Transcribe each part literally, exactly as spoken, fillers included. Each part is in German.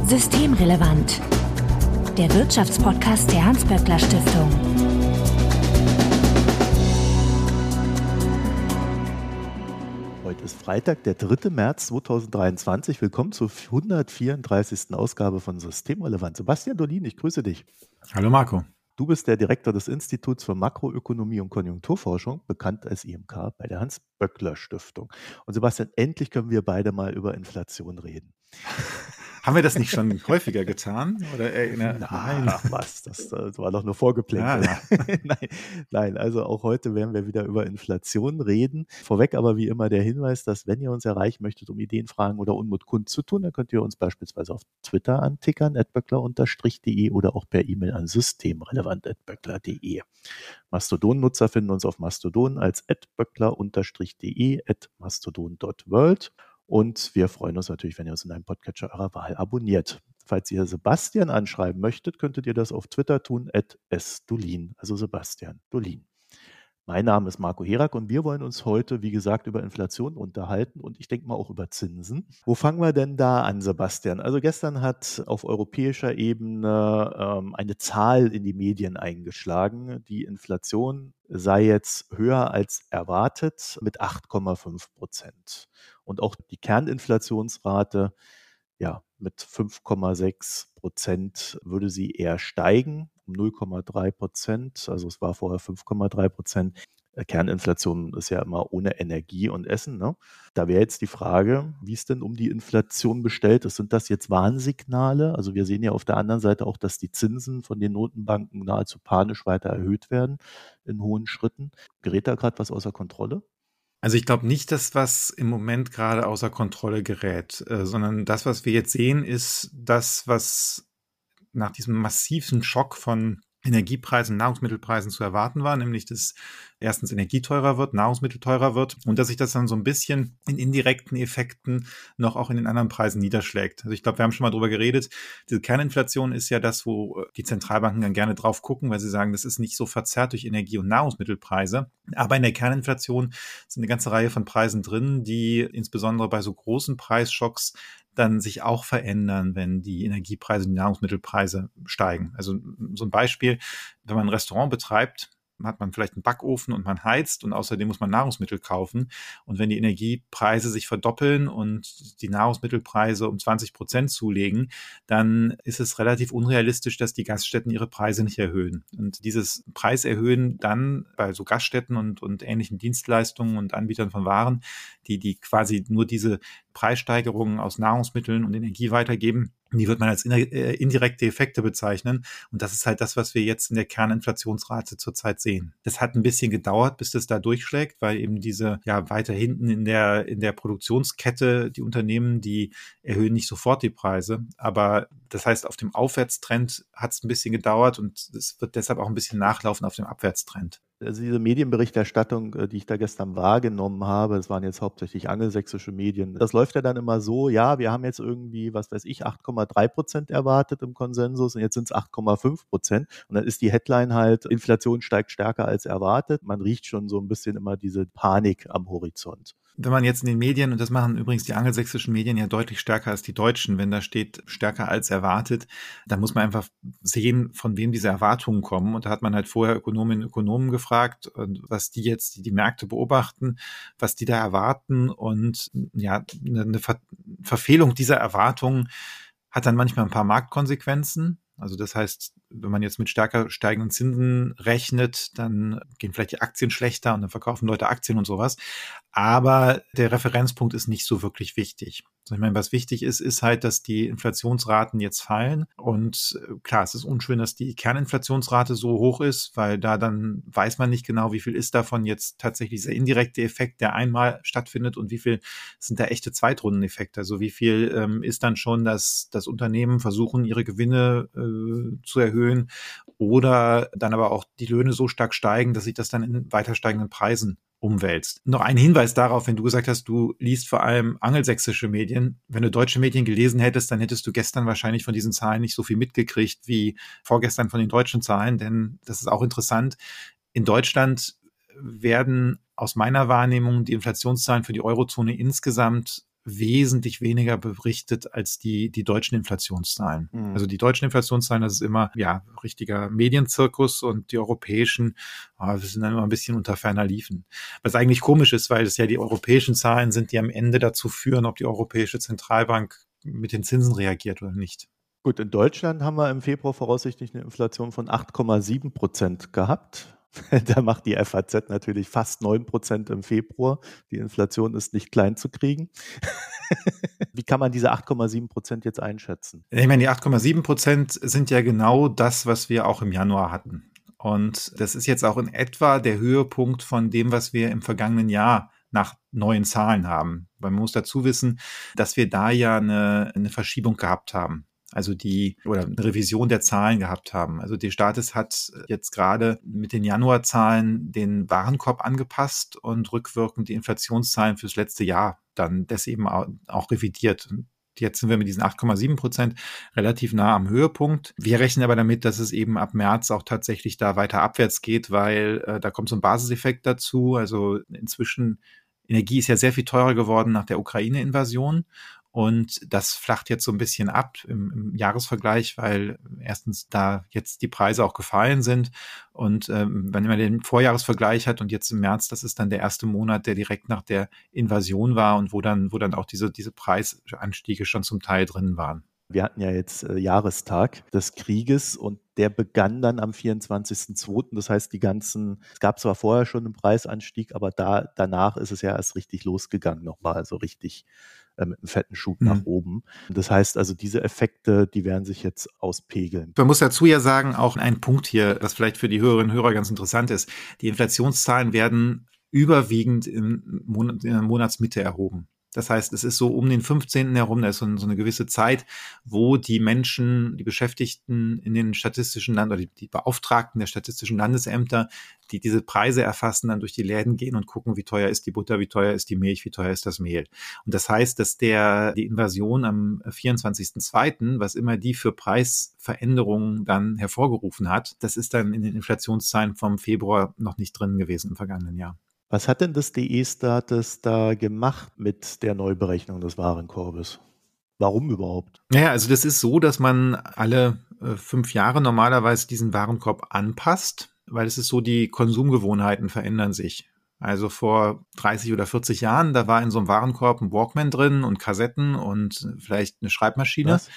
Systemrelevant. Der Wirtschaftspodcast der Hans-Böckler-Stiftung. Heute ist Freitag, der dritte März zweitausenddreiundzwanzig. Willkommen zur hundertvierunddreißigsten Ausgabe von Systemrelevant. Sebastian Dolin, ich grüße dich. Hallo Marco. Du bist der Direktor des Instituts für Makroökonomie und Konjunkturforschung, bekannt als I M K, bei der Hans-Böckler-Stiftung. Und Sebastian, endlich können wir beide mal über Inflation reden. Haben wir das nicht schon häufiger getan? Oder, äh, nein, ach was, das, das war doch nur Vorgeplänkel. Ja, ja. nein, nein, also auch heute werden wir wieder über Inflation reden. Vorweg aber wie immer der Hinweis, dass wenn ihr uns erreichen möchtet, um Ideen, Fragen oder Unmut kundzutun, dann könnt ihr uns beispielsweise auf Twitter antickern, at böckler Bindestrich de oder auch per E-Mail an systemrelevant at böckler Punkt de. Mastodon-Nutzer finden uns auf Mastodon als at böckler Bindestrich de, at mastodon Punkt world. Und wir freuen uns natürlich, wenn ihr uns in einem Podcatcher eurer Wahl abonniert. Falls ihr Sebastian anschreiben möchtet, könntet ihr das auf Twitter tun, at sdolin, also Sebastian Dolin. Mein Name ist Marco Herak und wir wollen uns heute, wie gesagt, über Inflation unterhalten und ich denke mal auch über Zinsen. Wo fangen wir denn da an, Sebastian? Also gestern hat auf europäischer Ebene ähm, eine Zahl in die Medien eingeschlagen. Die Inflation sei jetzt höher als erwartet mit acht Komma fünf Prozent. Und auch die Kerninflationsrate, ja, mit fünf Komma sechs Prozent würde sie eher steigen, um null Komma drei Prozent. Also es war vorher fünf Komma drei Prozent. Kerninflation ist ja immer ohne Energie und Essen, ne? Da wäre jetzt die Frage, wie es denn um die Inflation bestellt ist. Sind das jetzt Warnsignale? Also wir sehen ja auf der anderen Seite auch, dass die Zinsen von den Notenbanken nahezu panisch weiter erhöht werden in hohen Schritten. Gerät da gerade was außer Kontrolle? Also ich glaube nicht, dass was im Moment gerade außer Kontrolle gerät, äh, sondern das, was wir jetzt sehen, ist das, was nach diesem massiven Schock von Energiepreisen, Nahrungsmittelpreisen zu erwarten war, nämlich dass erstens Energie teurer wird, Nahrungsmittel teurer wird und dass sich das dann so ein bisschen in indirekten Effekten noch auch in den anderen Preisen niederschlägt. Also ich glaube, wir haben schon mal drüber geredet, diese Kerninflation ist ja das, wo die Zentralbanken dann gerne drauf gucken, weil sie sagen, das ist nicht so verzerrt durch Energie- und Nahrungsmittelpreise. Aber in der Kerninflation sind eine ganze Reihe von Preisen drin, die insbesondere bei so großen Preisschocks dann sich auch verändern, wenn die Energiepreise, die Nahrungsmittelpreise steigen. Also so ein Beispiel, wenn man ein Restaurant betreibt, hat man vielleicht einen Backofen und man heizt und außerdem muss man Nahrungsmittel kaufen. Und wenn die Energiepreise sich verdoppeln und die Nahrungsmittelpreise um zwanzig Prozent zulegen, dann ist es relativ unrealistisch, dass die Gaststätten ihre Preise nicht erhöhen. Und dieses Preiserhöhen dann bei so Gaststätten und, und ähnlichen Dienstleistungen und Anbietern von Waren, die, die quasi nur diese Preissteigerungen aus Nahrungsmitteln und Energie weitergeben, die wird man als indirekte Effekte bezeichnen. Und das ist halt das, was wir jetzt in der Kerninflationsrate zurzeit sehen. Das hat ein bisschen gedauert, bis das da durchschlägt, weil eben diese, ja, weiter hinten in der, in der Produktionskette, die Unternehmen, die erhöhen nicht sofort die Preise. Aber das heißt, auf dem Aufwärtstrend hat es ein bisschen gedauert und es wird deshalb auch ein bisschen nachlaufen auf dem Abwärtstrend. Also diese Medienberichterstattung, die ich da gestern wahrgenommen habe, das waren jetzt hauptsächlich angelsächsische Medien, das läuft ja dann immer so, ja, wir haben jetzt irgendwie, was weiß ich, acht Komma drei Prozent erwartet im Konsensus und jetzt sind es acht Komma fünf Prozent und dann ist die Headline halt, Inflation steigt stärker als erwartet. Man riecht schon so ein bisschen immer diese Panik am Horizont. Wenn man jetzt in den Medien, und das machen übrigens die angelsächsischen Medien ja deutlich stärker als die deutschen, wenn da steht stärker als erwartet, dann muss man einfach sehen, von wem diese Erwartungen kommen. Und da hat man halt vorher Ökonominnen und Ökonomen gefragt, was die jetzt die, die Märkte beobachten, was die da erwarten. Und ja, eine Ver- Verfehlung dieser Erwartungen hat dann manchmal ein paar Marktkonsequenzen. Also das heißt, wenn man jetzt mit stärker steigenden Zinsen rechnet, dann gehen vielleicht die Aktien schlechter und dann verkaufen Leute Aktien und sowas. Aber der Referenzpunkt ist nicht so wirklich wichtig. Also ich meine, was wichtig ist, ist halt, dass die Inflationsraten jetzt fallen. Und klar, es ist unschön, dass die Kerninflationsrate so hoch ist, weil da dann weiß man nicht genau, wie viel ist davon jetzt tatsächlich dieser indirekte Effekt, der einmal stattfindet und wie viel sind da echte Zweitrundeneffekte. Also wie viel ähm, ist dann schon, dass das Unternehmen versuchen, ihre Gewinne äh, zu erhöhen oder dann aber auch die Löhne so stark steigen, dass sich das dann in weiter steigenden Preisen umwälzt. Noch ein Hinweis darauf, wenn du gesagt hast, du liest vor allem angelsächsische Medien. Wenn du deutsche Medien gelesen hättest, dann hättest du gestern wahrscheinlich von diesen Zahlen nicht so viel mitgekriegt wie vorgestern von den deutschen Zahlen, denn das ist auch interessant. In Deutschland werden aus meiner Wahrnehmung die Inflationszahlen für die Eurozone insgesamt wesentlich weniger berichtet als die, die deutschen Inflationszahlen. Mhm. Also die deutschen Inflationszahlen, das ist immer, ja, richtiger Medienzirkus, und die europäischen, oh, wir sind dann immer ein bisschen unter ferner Liefen. Was eigentlich komisch ist, weil es ja die europäischen Zahlen sind, die am Ende dazu führen, ob die Europäische Zentralbank mit den Zinsen reagiert oder nicht. Gut, in Deutschland haben wir im Februar voraussichtlich eine Inflation von acht Komma sieben Prozent gehabt. Da macht die F A Z natürlich fast neun Prozent im Februar. Die Inflation ist nicht klein zu kriegen. Wie kann man diese acht Komma sieben Prozent jetzt einschätzen? Ich meine, die acht Komma sieben Prozent sind ja genau das, was wir auch im Januar hatten. Und das ist jetzt auch in etwa der Höhepunkt von dem, was wir im vergangenen Jahr nach neuen Zahlen haben. Weil man muss dazu wissen, dass wir da ja eine, eine Verschiebung gehabt haben. Also die, oder eine Revision der Zahlen gehabt haben. Also die Staates hat jetzt gerade mit den Januarzahlen den Warenkorb angepasst und rückwirkend die Inflationszahlen fürs letzte Jahr dann das eben auch revidiert. Und jetzt sind wir mit diesen acht Komma sieben Prozent relativ nah am Höhepunkt. Wir rechnen aber damit, dass es eben ab März auch tatsächlich da weiter abwärts geht, weil äh, da kommt so ein Basiseffekt dazu. Also inzwischen, Energie ist ja sehr viel teurer geworden nach der Ukraine-Invasion. Und das flacht jetzt so ein bisschen ab im, im Jahresvergleich, weil erstens da jetzt die Preise auch gefallen sind. Und ähm, wenn man den Vorjahresvergleich hat und jetzt im März, das ist dann der erste Monat, der direkt nach der Invasion war und wo dann, wo dann auch diese, diese Preisanstiege schon zum Teil drin waren. Wir hatten ja jetzt äh, Jahrestag des Krieges, und der begann dann am vierundzwanzigsten zweiten Das heißt, die ganzen, es gab zwar vorher schon einen Preisanstieg, aber da danach ist es ja erst richtig losgegangen nochmal, also richtig äh, mit einem fetten Schub mhm. nach oben. Das heißt also, diese Effekte, die werden sich jetzt auspegeln. Man muss dazu ja sagen, auch ein Punkt hier, was vielleicht für die Hörerinnen und Hörer ganz interessant ist: Die Inflationszahlen werden überwiegend im Monat, in der Monatsmitte erhoben. Das heißt, es ist so um den fünfzehnten herum, da ist so eine, so eine gewisse Zeit, wo die Menschen, die Beschäftigten in den statistischen Land oder die, die Beauftragten der statistischen Landesämter, die diese Preise erfassen, dann durch die Läden gehen und gucken, wie teuer ist die Butter, wie teuer ist die Milch, wie teuer ist das Mehl. Und das heißt, dass der die Invasion am vierundzwanzigsten zweiten, was immer die für Preisveränderungen dann hervorgerufen hat, das ist dann in den Inflationszahlen vom Februar noch nicht drin gewesen im vergangenen Jahr. Was hat denn das D E-Status da gemacht mit der Neuberechnung des Warenkorbes? Warum überhaupt? Naja, also das ist so, dass man alle äh, fünf Jahre normalerweise diesen Warenkorb anpasst, weil es ist so, die Konsumgewohnheiten verändern sich. Also vor dreißig oder vierzig Jahren, da war in so einem Warenkorb ein Walkman drin und Kassetten und vielleicht eine Schreibmaschine. Was?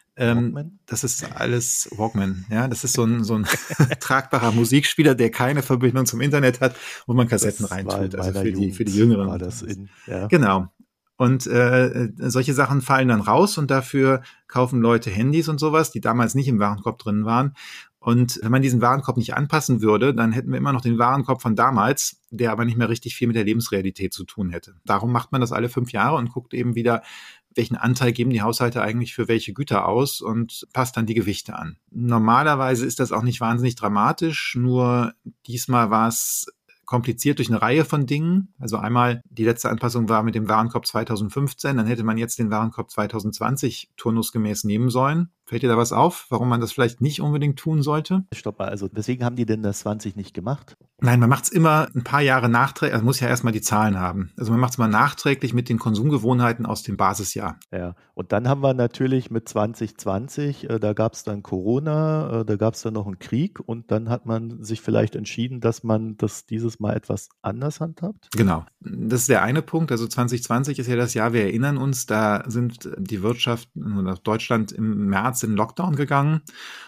Ähm, das ist alles Walkman, ja. Das ist so ein, so ein tragbarer Musikspieler, der keine Verbindung zum Internet hat, wo man Kassetten reintut. Also für die, für die Jüngeren. War das in, ja. Genau. Und äh, solche Sachen fallen dann raus, und dafür kaufen Leute Handys und sowas, die damals nicht im Warenkorb drin waren. Und wenn man diesen Warenkorb nicht anpassen würde, dann hätten wir immer noch den Warenkorb von damals, der aber nicht mehr richtig viel mit der Lebensrealität zu tun hätte. Darum macht man das alle fünf Jahre und guckt eben wieder, welchen Anteil geben die Haushalte eigentlich für welche Güter aus, und passt dann die Gewichte an. Normalerweise ist das auch nicht wahnsinnig dramatisch, nur diesmal war es kompliziert durch eine Reihe von Dingen. Also einmal, die letzte Anpassung war mit dem Warenkorb zweitausendfünfzehn, dann hätte man jetzt den Warenkorb zweitausendzwanzig turnusgemäß nehmen sollen. Fällt dir da was auf, warum man das vielleicht nicht unbedingt tun sollte? Stopp mal, also weswegen haben die denn das zwanzig nicht gemacht? Nein, man macht es immer ein paar Jahre nachträglich, also man muss ja erstmal die Zahlen haben. Also man macht es mal nachträglich mit den Konsumgewohnheiten aus dem Basisjahr. Ja, und dann haben wir natürlich mit zwanzig zwanzig, äh, da gab es dann Corona, äh, da gab es dann noch einen Krieg, und dann hat man sich vielleicht entschieden, dass man das dieses Mal etwas anders handhabt? Genau, das ist der eine Punkt. Also zwanzig zwanzig ist ja das Jahr, wir erinnern uns, da sind die Wirtschaft oder Deutschland im März in Lockdown gegangen,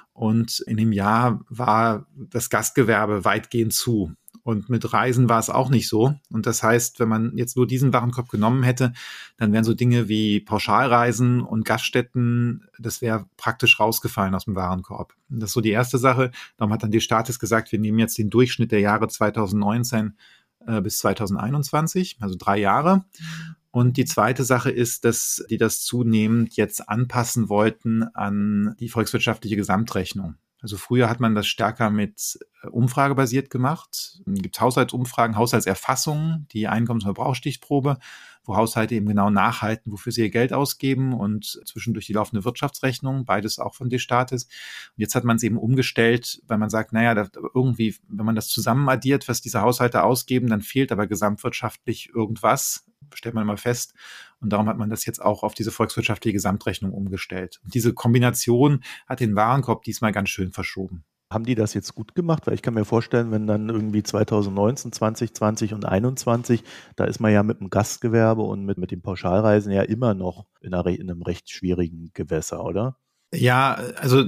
und in dem Jahr war das Gastgewerbe weitgehend zu. Und mit Reisen war es auch nicht so. Und das heißt, wenn man jetzt nur diesen Warenkorb genommen hätte, dann wären so Dinge wie Pauschalreisen und Gaststätten, das wäre praktisch rausgefallen aus dem Warenkorb. Und das ist so die erste Sache. Darum hat dann die Staates gesagt, wir nehmen jetzt den Durchschnitt der Jahre zweitausendneunzehn äh, bis zweitausendeinundzwanzig, also drei Jahre. Und die zweite Sache ist, dass die das zunehmend jetzt anpassen wollten an die volkswirtschaftliche Gesamtrechnung. Also früher hat man das stärker mit umfragebasiert gemacht. Dann gibt es Haushaltsumfragen, Haushaltserfassungen, die Einkommensverbrauchsstichprobe, wo Haushalte eben genau nachhalten, wofür sie ihr Geld ausgeben und zwischendurch die laufende Wirtschaftsrechnung, beides auch von Destatis. Und jetzt hat man es eben umgestellt, weil man sagt, naja, da irgendwie, wenn man das zusammen addiert, was diese Haushalte ausgeben, dann fehlt aber gesamtwirtschaftlich irgendwas, stellt man immer fest. Und darum hat man das jetzt auch auf diese volkswirtschaftliche Gesamtrechnung umgestellt. Und diese Kombination hat den Warenkorb diesmal ganz schön verschoben. Haben die das jetzt gut gemacht? Weil ich kann mir vorstellen, wenn dann irgendwie zwanzig neunzehn, zwanzig zwanzig und einundzwanzig, da ist man ja mit dem Gastgewerbe und mit, mit den Pauschalreisen ja immer noch in, einer, in einem recht schwierigen Gewässer, oder? Ja, also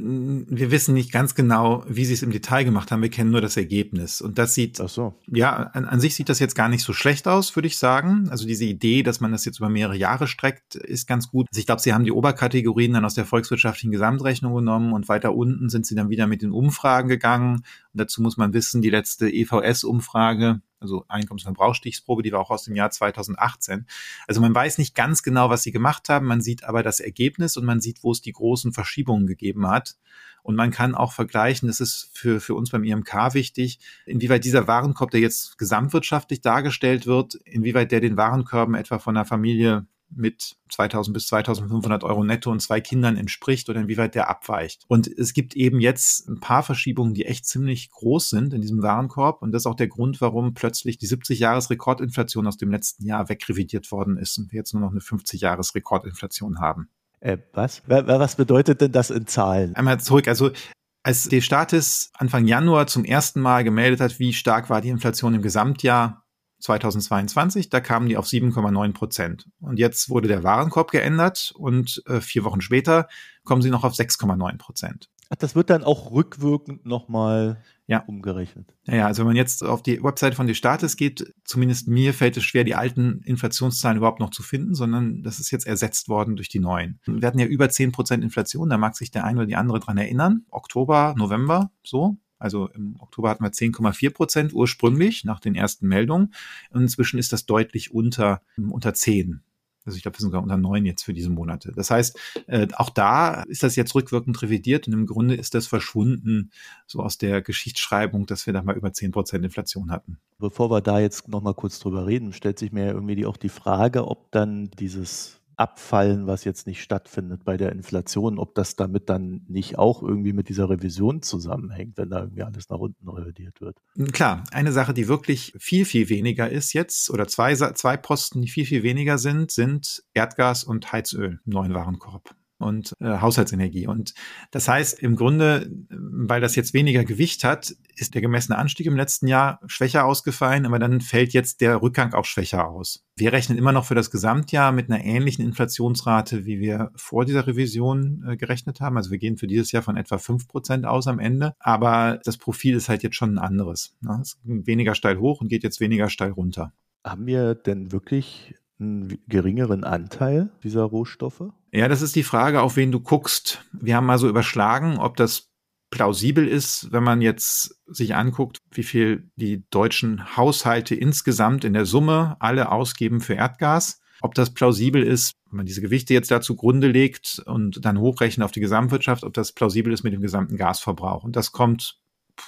wir wissen nicht ganz genau, wie sie es im Detail gemacht haben. Wir kennen nur das Ergebnis. Und das sieht, Ach so. ja, an, an sich sieht das jetzt gar nicht so schlecht aus, würde ich sagen. Also diese Idee, dass man das jetzt über mehrere Jahre streckt, ist ganz gut. Also ich glaube, sie haben die Oberkategorien dann aus der volkswirtschaftlichen Gesamtrechnung genommen und weiter unten sind sie dann wieder mit den Umfragen gegangen. Und dazu muss man wissen, die letzte E V S-Umfrage, also Einkommensverbrauchsstichprobe, die war auch aus dem Jahr zweitausendachtzehn. Also man weiß nicht ganz genau, was sie gemacht haben, man sieht aber das Ergebnis und man sieht, wo es die großen Verschiebungen gegeben hat. Und man kann auch vergleichen, das ist für, für uns beim I M K wichtig, inwieweit dieser Warenkorb, der jetzt gesamtwirtschaftlich dargestellt wird, inwieweit der den Warenkörben etwa von einer Familie mit zweitausend bis zweitausendfünfhundert Euro netto und zwei Kindern entspricht oder inwieweit der abweicht. Und es gibt eben jetzt ein paar Verschiebungen, die echt ziemlich groß sind in diesem Warenkorb. Und das ist auch der Grund, warum plötzlich die siebzig-Jahres-Rekordinflation aus dem letzten Jahr wegrevidiert worden ist und wir jetzt nur noch eine fünfzig-Jahres-Rekordinflation haben. Äh, was? Was bedeutet denn das in Zahlen? Einmal zurück, also als Destatis Anfang Januar zum ersten Mal gemeldet hat, wie stark war die Inflation im Gesamtjahr zweitausendzweiundzwanzig, da kamen die auf sieben Komma neun Prozent. Und jetzt wurde der Warenkorb geändert und äh, vier Wochen später kommen sie noch auf sechs Komma neun Prozent. Ach, das wird dann auch rückwirkend nochmal ja. umgerechnet. Naja, also wenn man jetzt auf die Webseite von Destatis geht, zumindest mir fällt es schwer, die alten Inflationszahlen überhaupt noch zu finden, sondern das ist jetzt ersetzt worden durch die neuen. Wir hatten ja über zehn Prozent Inflation, da mag sich der eine oder die andere dran erinnern. Oktober, November, so. Also im Oktober hatten wir zehn Komma vier Prozent ursprünglich nach den ersten Meldungen. Und inzwischen ist das deutlich unter, unter zehn. Also ich glaube, wir sind sogar unter neun jetzt für diese Monate. Das heißt, äh, auch da ist das jetzt rückwirkend revidiert und im Grunde ist das verschwunden, so aus der Geschichtsschreibung, dass wir da mal über zehn Prozent Inflation hatten. Bevor wir da jetzt nochmal kurz drüber reden, stellt sich mir ja irgendwie die, auch die Frage, ob dann dieses Abfallen, was jetzt nicht stattfindet bei der Inflation, ob das damit dann nicht auch irgendwie mit dieser Revision zusammenhängt, wenn da irgendwie alles nach unten revidiert wird. Klar, eine Sache, die wirklich viel, viel weniger ist jetzt, oder zwei, zwei Posten, die viel, viel weniger sind, sind Erdgas und Heizöl im neuen Warenkorb und äh, Haushaltsenergie. Und das heißt im Grunde, weil das jetzt weniger Gewicht hat, ist der gemessene Anstieg im letzten Jahr schwächer ausgefallen, aber dann fällt jetzt der Rückgang auch schwächer aus. Wir rechnen immer noch für das Gesamtjahr mit einer ähnlichen Inflationsrate, wie wir vor dieser Revision äh, gerechnet haben. Also wir gehen für dieses Jahr von etwa fünf Prozent aus am Ende, aber das Profil ist halt jetzt schon ein anderes. Ne? Es geht weniger steil hoch und geht jetzt weniger steil runter. Haben wir denn wirklich einen geringeren Anteil dieser Rohstoffe? Ja, das ist die Frage, auf wen du guckst. Wir haben mal so überschlagen, ob das plausibel ist, wenn man jetzt sich anguckt, wie viel die deutschen Haushalte insgesamt in der Summe alle ausgeben für Erdgas. Ob das plausibel ist, wenn man diese Gewichte jetzt da zugrunde legt und dann hochrechnet auf die Gesamtwirtschaft, ob das plausibel ist mit dem gesamten Gasverbrauch. Und das kommt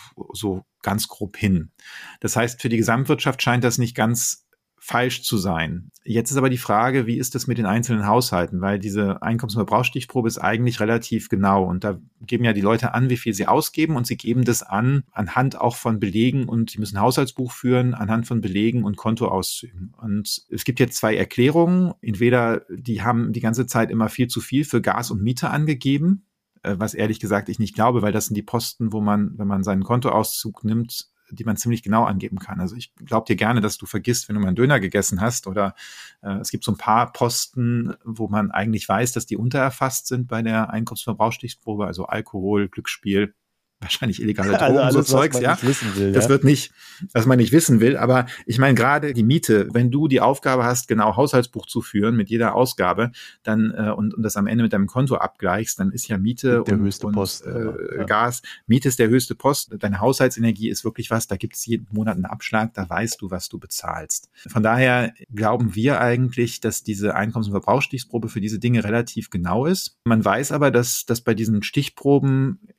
so ganz grob hin. Das heißt, für die Gesamtwirtschaft scheint das nicht ganz falsch zu sein. Jetzt ist aber die Frage, wie ist das mit den einzelnen Haushalten? Weil diese Einkommensverbrauchsstichprobe ist eigentlich relativ genau und da geben ja die Leute an, wie viel sie ausgeben und sie geben das an anhand auch von Belegen und sie müssen ein Haushaltsbuch führen, anhand von Belegen und Kontoauszügen. Und es gibt jetzt zwei Erklärungen. Entweder die haben die ganze Zeit immer viel zu viel für Gas und Miete angegeben, was ehrlich gesagt ich nicht glaube, weil das sind die Posten, wo man, wenn man seinen Kontoauszug nimmt, die man ziemlich genau angeben kann. Also ich glaube dir gerne, dass du vergisst, wenn du mal einen Döner gegessen hast oder äh, es gibt so ein paar Posten, wo man eigentlich weiß, dass die untererfasst sind bei der Einkommensverbrauchsstichprobe, also Alkohol, Glücksspiel, wahrscheinlich illegale Drogen, also alles, so Zeugs, was man ja. Nicht wissen will, das ja. wird nicht, was man nicht wissen will, aber ich meine gerade die Miete, wenn du die Aufgabe hast, genau Haushaltsbuch zu führen mit jeder Ausgabe, dann äh, und, und das am Ende mit deinem Konto abgleichst, dann ist ja Miete der und, höchste und Post, äh, ja. Gas, Miete ist der höchste Post, deine Haushaltsenergie ist wirklich was, da gibt es jeden Monat einen Abschlag, da weißt du, was du bezahlst. Von daher glauben wir eigentlich, dass diese Einkommens- und Verbrauchsstichprobe für diese Dinge relativ genau ist. Man weiß aber, dass, dass bei diesen Stichproben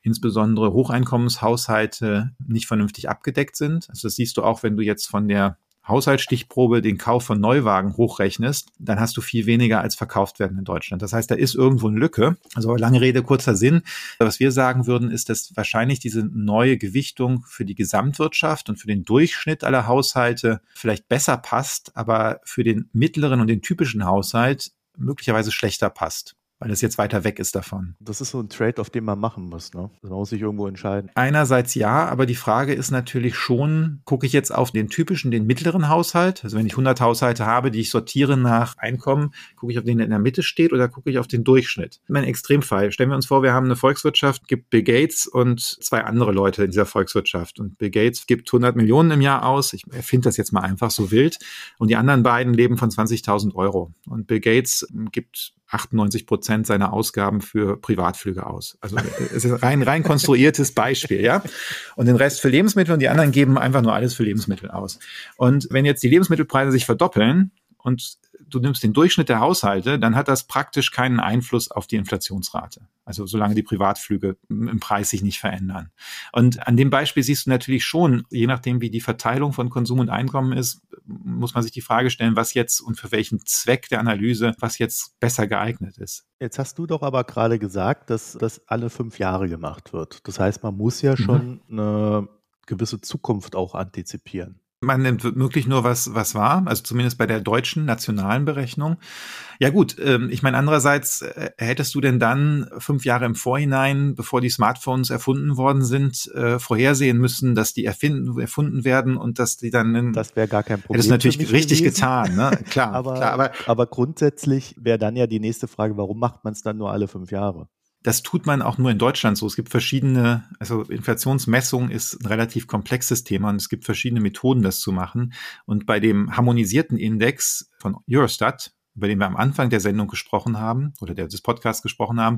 insbesondere Hocheinkommenshaushalte nicht vernünftig abgedeckt sind. Also das siehst du auch, wenn du jetzt von der Haushaltsstichprobe den Kauf von Neuwagen hochrechnest, dann hast du viel weniger als verkauft werden in Deutschland. Das heißt, da ist irgendwo eine Lücke. Also lange Rede, kurzer Sinn. Was wir sagen würden, ist, dass wahrscheinlich diese neue Gewichtung für die Gesamtwirtschaft und für den Durchschnitt aller Haushalte vielleicht besser passt, aber für den mittleren und den typischen Haushalt möglicherweise schlechter passt, weil es jetzt weiter weg ist davon. Das ist so ein Trade-off, den man machen muss, ne? Man muss sich irgendwo entscheiden. Einerseits ja, aber die Frage ist natürlich schon, gucke ich jetzt auf den typischen, den mittleren Haushalt? Also wenn ich hundert Haushalte habe, die ich sortiere nach Einkommen, gucke ich auf den, der in der Mitte steht, oder gucke ich auf den Durchschnitt? Mein Extremfall. Stellen wir uns vor, wir haben eine Volkswirtschaft, gibt Bill Gates und zwei andere Leute in dieser Volkswirtschaft. Und Bill Gates gibt hundert Millionen im Jahr aus. Ich erfinde das jetzt mal einfach so wild. Und die anderen beiden leben von zwanzigtausend Euro. Und Bill Gates gibt achtundneunzig Prozent seiner Ausgaben für Privatflüge aus. Also es ist ein rein, rein konstruiertes Beispiel, ja. Und den Rest für Lebensmittel, und die anderen geben einfach nur alles für Lebensmittel aus. Und wenn jetzt die Lebensmittelpreise sich verdoppeln und du nimmst den Durchschnitt der Haushalte, dann hat das praktisch keinen Einfluss auf die Inflationsrate. Also solange die Privatflüge im Preis sich nicht verändern. Und an dem Beispiel siehst du natürlich schon, je nachdem wie die Verteilung von Konsum und Einkommen ist, muss man sich die Frage stellen, was jetzt und für welchen Zweck der Analyse, was jetzt besser geeignet ist. Jetzt hast du doch aber gerade gesagt, dass das alle fünf Jahre gemacht wird. Das heißt, man muss ja schon mhm. eine gewisse Zukunft auch antizipieren. Man nimmt wirklich nur, was was war, also zumindest bei der deutschen nationalen Berechnung. Ja gut, ähm, ich meine, andererseits äh, hättest du denn dann fünf Jahre im Vorhinein, bevor die Smartphones erfunden worden sind, äh, vorhersehen müssen, dass die erfinden, erfunden werden und dass die dann... In, das wäre gar kein Problem. Das ist natürlich richtig gewesen. getan, ne? Klar, aber, klar. Aber, aber grundsätzlich wäre dann ja die nächste Frage, warum macht man es dann nur alle fünf Jahre? Das tut man auch nur in Deutschland so. Es gibt verschiedene, also Inflationsmessung ist ein relativ komplexes Thema und es gibt verschiedene Methoden, das zu machen. Und bei dem harmonisierten Index von Eurostat, über den wir am Anfang der Sendung gesprochen haben oder der, des Podcasts gesprochen haben,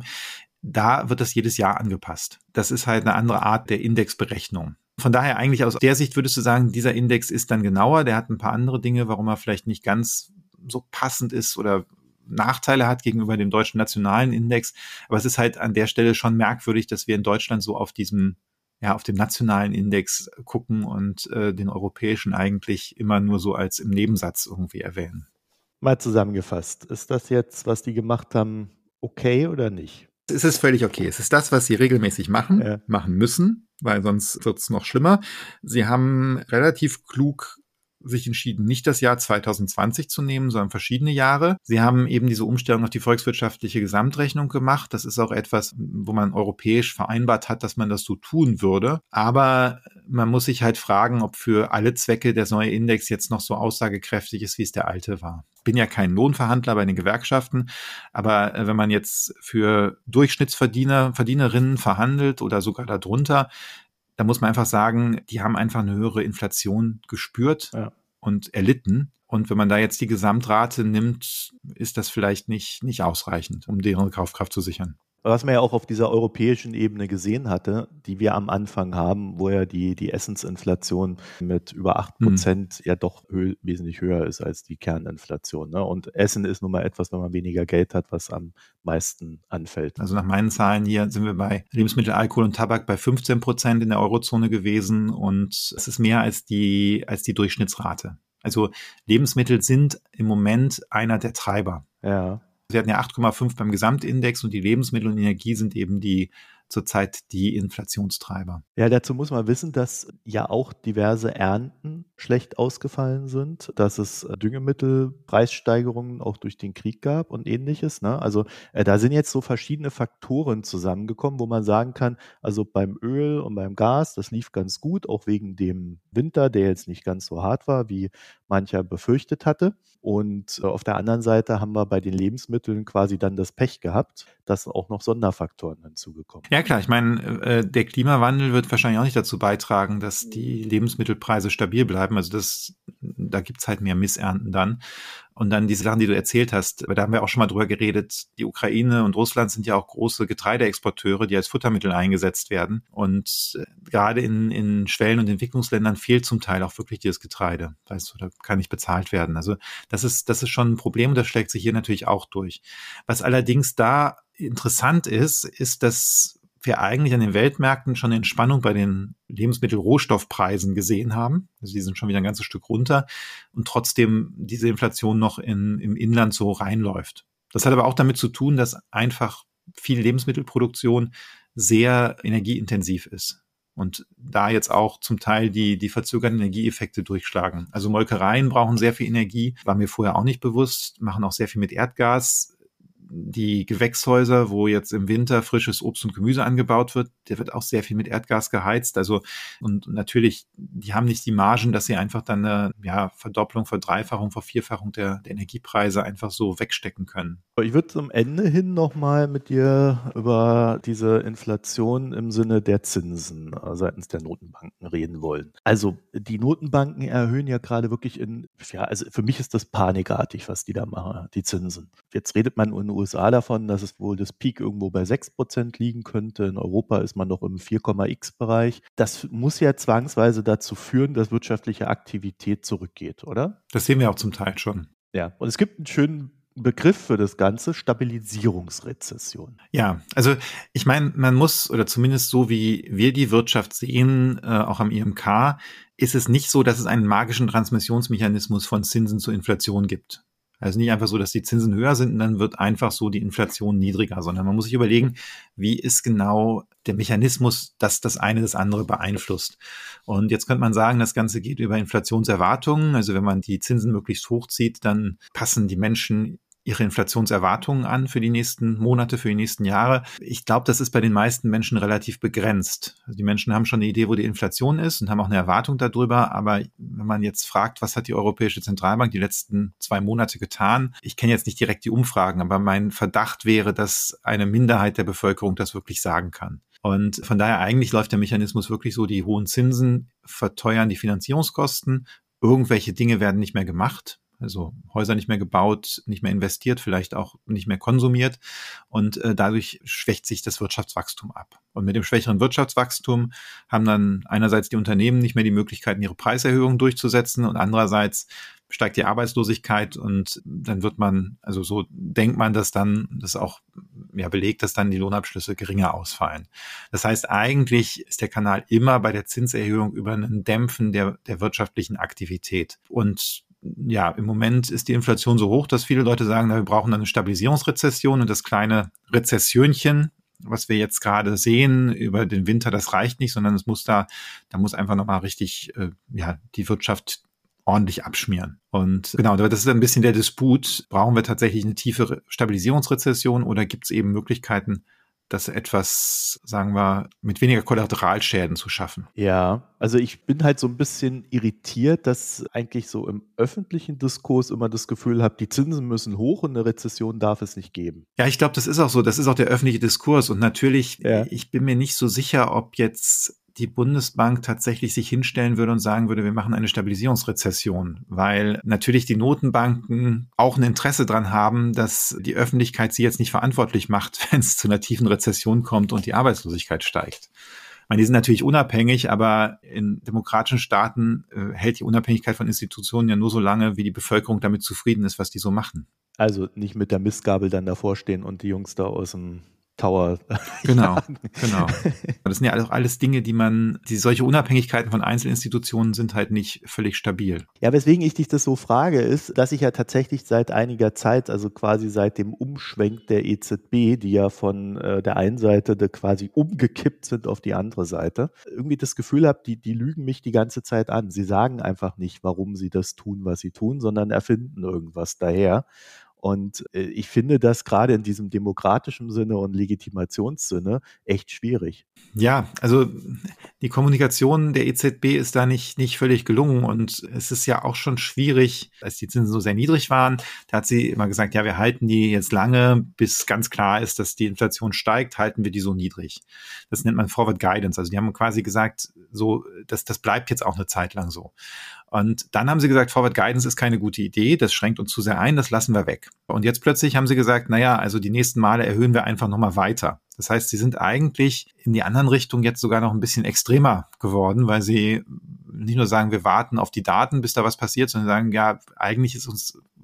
da wird das jedes Jahr angepasst. Das ist halt eine andere Art der Indexberechnung. Von daher eigentlich aus der Sicht würdest du sagen, dieser Index ist dann genauer, der hat ein paar andere Dinge, warum er vielleicht nicht ganz so passend ist oder Nachteile hat gegenüber dem deutschen nationalen Index. Aber es ist halt an der Stelle schon merkwürdig, dass wir in Deutschland so auf diesem, ja, auf dem nationalen Index gucken und äh, den europäischen eigentlich immer nur so als im Nebensatz irgendwie erwähnen. Mal zusammengefasst, ist das jetzt, was die gemacht haben, okay oder nicht? Es ist völlig okay. Es ist das, was sie regelmäßig machen, ja. machen müssen, weil sonst wird es noch schlimmer. Sie haben relativ klug sich entschieden, nicht das Jahr zwanzig zwanzig zu nehmen, sondern verschiedene Jahre. Sie haben eben diese Umstellung auf die volkswirtschaftliche Gesamtrechnung gemacht. Das ist auch etwas, wo man europäisch vereinbart hat, dass man das so tun würde. Aber man muss sich halt fragen, ob für alle Zwecke der neue Index jetzt noch so aussagekräftig ist, wie es der alte war. Ich bin ja kein Lohnverhandler bei den Gewerkschaften, aber wenn man jetzt für Durchschnittsverdiener, Verdienerinnen verhandelt oder sogar darunter, da muss man einfach sagen, die haben einfach eine höhere Inflation gespürt ja. und erlitten. Und wenn man da jetzt die Gesamtrate nimmt, ist das vielleicht nicht, nicht ausreichend, um deren Kaufkraft zu sichern. Was man ja auch auf dieser europäischen Ebene gesehen hatte, die wir am Anfang haben, wo ja die, die Essensinflation mit über acht Prozent mhm. ja doch hö- wesentlich höher ist als die Kerninflation. Ne? Und Essen ist nun mal etwas, wenn man weniger Geld hat, was am meisten anfällt. Also nach meinen Zahlen hier sind wir bei Lebensmittel, Alkohol und Tabak bei fünfzehn Prozent in der Eurozone gewesen und es ist mehr als die, als die Durchschnittsrate. Also Lebensmittel sind im Moment einer der Treiber. Ja. Sie hatten ja acht Komma fünf beim Gesamtindex und die Lebensmittel und Energie sind eben die zurzeit die Inflationstreiber. Ja, dazu muss man wissen, dass ja auch diverse Ernten schlecht ausgefallen sind, dass es Düngemittelpreissteigerungen auch durch den Krieg gab und ähnliches. Ne? Also äh, da sind jetzt so verschiedene Faktoren zusammengekommen, wo man sagen kann, also beim Öl und beim Gas, das lief ganz gut, auch wegen dem Winter, der jetzt nicht ganz so hart war, wie mancher befürchtet hatte. Und äh, auf der anderen Seite haben wir bei den Lebensmitteln quasi dann das Pech gehabt, dass auch noch Sonderfaktoren hinzugekommen. Ja klar, ich meine, äh, der Klimawandel wird wahrscheinlich auch nicht dazu beitragen, dass die Lebensmittelpreise stabil bleiben. Also das, da gibt's halt mehr Missernten dann. Und dann diese Sachen, die du erzählt hast, da haben wir auch schon mal drüber geredet, die Ukraine und Russland sind ja auch große Getreideexporteure, die als Futtermittel eingesetzt werden. Und äh, gerade in, in Schwellen- und Entwicklungsländern fehlt zum Teil auch wirklich dieses Getreide. Weißt du, da kann nicht bezahlt werden. Also das ist, das ist schon ein Problem und das schlägt sich hier natürlich auch durch. Was allerdings da interessant ist, ist, dass wir eigentlich an den Weltmärkten schon eine Entspannung bei den Lebensmittelrohstoffpreisen gesehen haben. Also die sind schon wieder ein ganzes Stück runter und trotzdem diese Inflation noch in, im Inland so reinläuft. Das hat aber auch damit zu tun, dass einfach viel Lebensmittelproduktion sehr energieintensiv ist. Und da jetzt auch zum Teil die, die verzögerten Energieeffekte durchschlagen. Also Molkereien brauchen sehr viel Energie, war mir vorher auch nicht bewusst, machen auch sehr viel mit Erdgas. Die Gewächshäuser, wo jetzt im Winter frisches Obst und Gemüse angebaut wird, der wird auch sehr viel mit Erdgas geheizt. Also und natürlich, die haben nicht die Margen, dass sie einfach dann eine ja, Verdopplung, Verdreifachung, Vervierfachung der, der Energiepreise einfach so wegstecken können. Ich würde zum Ende hin nochmal mit dir über diese Inflation im Sinne der Zinsen seitens der Notenbanken reden wollen. Also die Notenbanken erhöhen ja gerade wirklich in, ja, also für mich ist das panikartig, was die da machen, die Zinsen. Jetzt redet man in den U S A davon, dass es wohl das Peak irgendwo bei sechs Prozent liegen könnte. In Europa ist man noch im vier Komma x-Bereich. Das muss ja zwangsweise dazu führen, dass wirtschaftliche Aktivität zurückgeht, oder? Das sehen wir auch zum Teil schon. Ja, und es gibt einen schönen Begriff für das Ganze, Stabilisierungsrezession. Ja, also ich meine, man muss, oder zumindest so wie wir die Wirtschaft sehen, äh, auch am I M K, ist es nicht so, dass es einen magischen Transmissionsmechanismus von Zinsen zur Inflation gibt. Also nicht einfach so, dass die Zinsen höher sind und dann wird einfach so die Inflation niedriger, sondern man muss sich überlegen, wie ist genau der Mechanismus, dass das eine das andere beeinflusst. Und jetzt könnte man sagen, das Ganze geht über Inflationserwartungen. Also wenn man die Zinsen möglichst hochzieht, dann passen die Menschen ihre Inflationserwartungen an für die nächsten Monate, für die nächsten Jahre. Ich glaube, das ist bei den meisten Menschen relativ begrenzt. Also die Menschen haben schon eine Idee, wo die Inflation ist und haben auch eine Erwartung darüber. Aber wenn man jetzt fragt, was hat die Europäische Zentralbank die letzten zwei Monate getan? Ich kenne jetzt nicht direkt die Umfragen, aber mein Verdacht wäre, dass eine Minderheit der Bevölkerung das wirklich sagen kann. Und von daher eigentlich läuft der Mechanismus wirklich so, die hohen Zinsen verteuern die Finanzierungskosten. Irgendwelche Dinge werden nicht mehr gemacht. Also Häuser nicht mehr gebaut, nicht mehr investiert, vielleicht auch nicht mehr konsumiert und äh, dadurch schwächt sich das Wirtschaftswachstum ab. Und mit dem schwächeren Wirtschaftswachstum haben dann einerseits die Unternehmen nicht mehr die Möglichkeiten, ihre Preiserhöhungen durchzusetzen und andererseits steigt die Arbeitslosigkeit und dann wird man, also so denkt man, dass dann, das auch ja belegt, dass dann die Lohnabschlüsse geringer ausfallen. Das heißt, eigentlich ist der Kanal immer bei der Zinserhöhung über ein Dämpfen der, der wirtschaftlichen Aktivität. Und ja, im Moment ist die Inflation so hoch, dass viele Leute sagen, na, wir brauchen dann eine Stabilisierungsrezession und das kleine Rezessionchen, was wir jetzt gerade sehen über den Winter, das reicht nicht, sondern es muss da, da muss einfach nochmal richtig, äh, ja, die Wirtschaft ordentlich abschmieren. Und genau, das ist ein bisschen der Disput. Brauchen wir tatsächlich eine tiefe Stabilisierungsrezession oder gibt es eben Möglichkeiten, das etwas, sagen wir, mit weniger Kollateralschäden zu schaffen? Ja, also ich bin halt so ein bisschen irritiert, dass eigentlich so im öffentlichen Diskurs immer das Gefühl habe, die Zinsen müssen hoch und eine Rezession darf es nicht geben. Ja, ich glaube, das ist auch so. Das ist auch der öffentliche Diskurs. Und natürlich, ja. Ich bin mir nicht so sicher, ob jetzt die Bundesbank tatsächlich sich hinstellen würde und sagen würde, wir machen eine Stabilisierungsrezession, weil natürlich die Notenbanken auch ein Interesse dran haben, dass die Öffentlichkeit sie jetzt nicht verantwortlich macht, wenn es zu einer tiefen Rezession kommt und die Arbeitslosigkeit steigt. Ich meine, die sind natürlich unabhängig, aber in demokratischen Staaten äh, hält die Unabhängigkeit von Institutionen ja nur so lange, wie die Bevölkerung damit zufrieden ist, was die so machen. Also nicht mit der Mistgabel dann davor stehen und die Jungs da aus dem Tower. Genau, genau. Das sind ja auch alles Dinge, die man, die solche Unabhängigkeiten von Einzelinstitutionen sind halt nicht völlig stabil. Ja, weswegen ich dich das so frage, ist, dass ich ja tatsächlich seit einiger Zeit, also quasi seit dem Umschwenk der E Z B, die ja von äh, der einen Seite de quasi umgekippt sind auf die andere Seite, irgendwie das Gefühl habe, die, die lügen mich die ganze Zeit an. Sie sagen einfach nicht, warum sie das tun, was sie tun, sondern erfinden irgendwas daher. Und ich finde das gerade in diesem demokratischen Sinne und Legitimationssinne echt schwierig. Ja, also die Kommunikation der E Z B ist da nicht, nicht völlig gelungen und es ist ja auch schon schwierig, als die Zinsen so sehr niedrig waren, da hat sie immer gesagt, ja, wir halten die jetzt lange, bis ganz klar ist, dass die Inflation steigt, halten wir die so niedrig. Das nennt man Forward Guidance, also die haben quasi gesagt, so, das, das bleibt jetzt auch eine Zeit lang so. Und dann haben sie gesagt, Forward Guidance ist keine gute Idee, das schränkt uns zu sehr ein, das lassen wir weg. Und jetzt plötzlich haben sie gesagt, naja, also die nächsten Male erhöhen wir einfach nochmal weiter. Das heißt, sie sind eigentlich in die anderen Richtungen jetzt sogar noch ein bisschen extremer geworden, weil sie nicht nur sagen, wir warten auf die Daten, bis da was passiert, sondern sagen, ja, eigentlich ist uns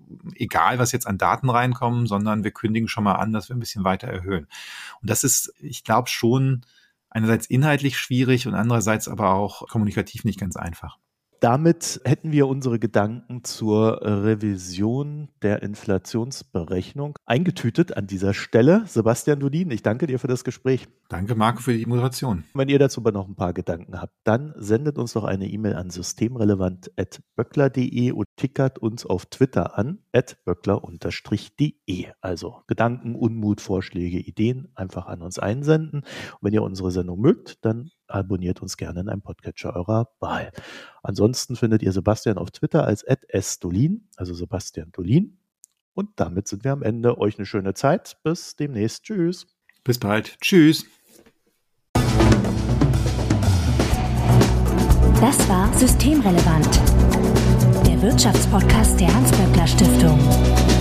egal, was jetzt an Daten reinkommen, sondern wir kündigen schon mal an, dass wir ein bisschen weiter erhöhen. Und das ist, ich glaube, schon einerseits inhaltlich schwierig und andererseits aber auch kommunikativ nicht ganz einfach. Damit hätten wir unsere Gedanken zur Revision der Inflationsberechnung eingetütet an dieser Stelle. Sebastian Dolin, ich danke dir für das Gespräch. Danke, Marco, für die Moderation. Wenn ihr dazu aber noch ein paar Gedanken habt, dann sendet uns doch eine E-Mail an systemrelevant at böckler punkt de und tickert uns auf Twitter an, at böckler unterstrich de. Also Gedanken, Unmut, Vorschläge, Ideen einfach an uns einsenden. Und wenn ihr unsere Sendung mögt, dann abonniert uns gerne in einem Podcatcher eurer Wahl. Ansonsten findet ihr Sebastian auf Twitter als at sdolin, also Sebastian Dolin. Und damit sind wir am Ende. Euch eine schöne Zeit. Bis demnächst. Tschüss. Bis bald. Tschüss. Das war Systemrelevant, der Wirtschaftspodcast der Hans-Böckler Stiftung.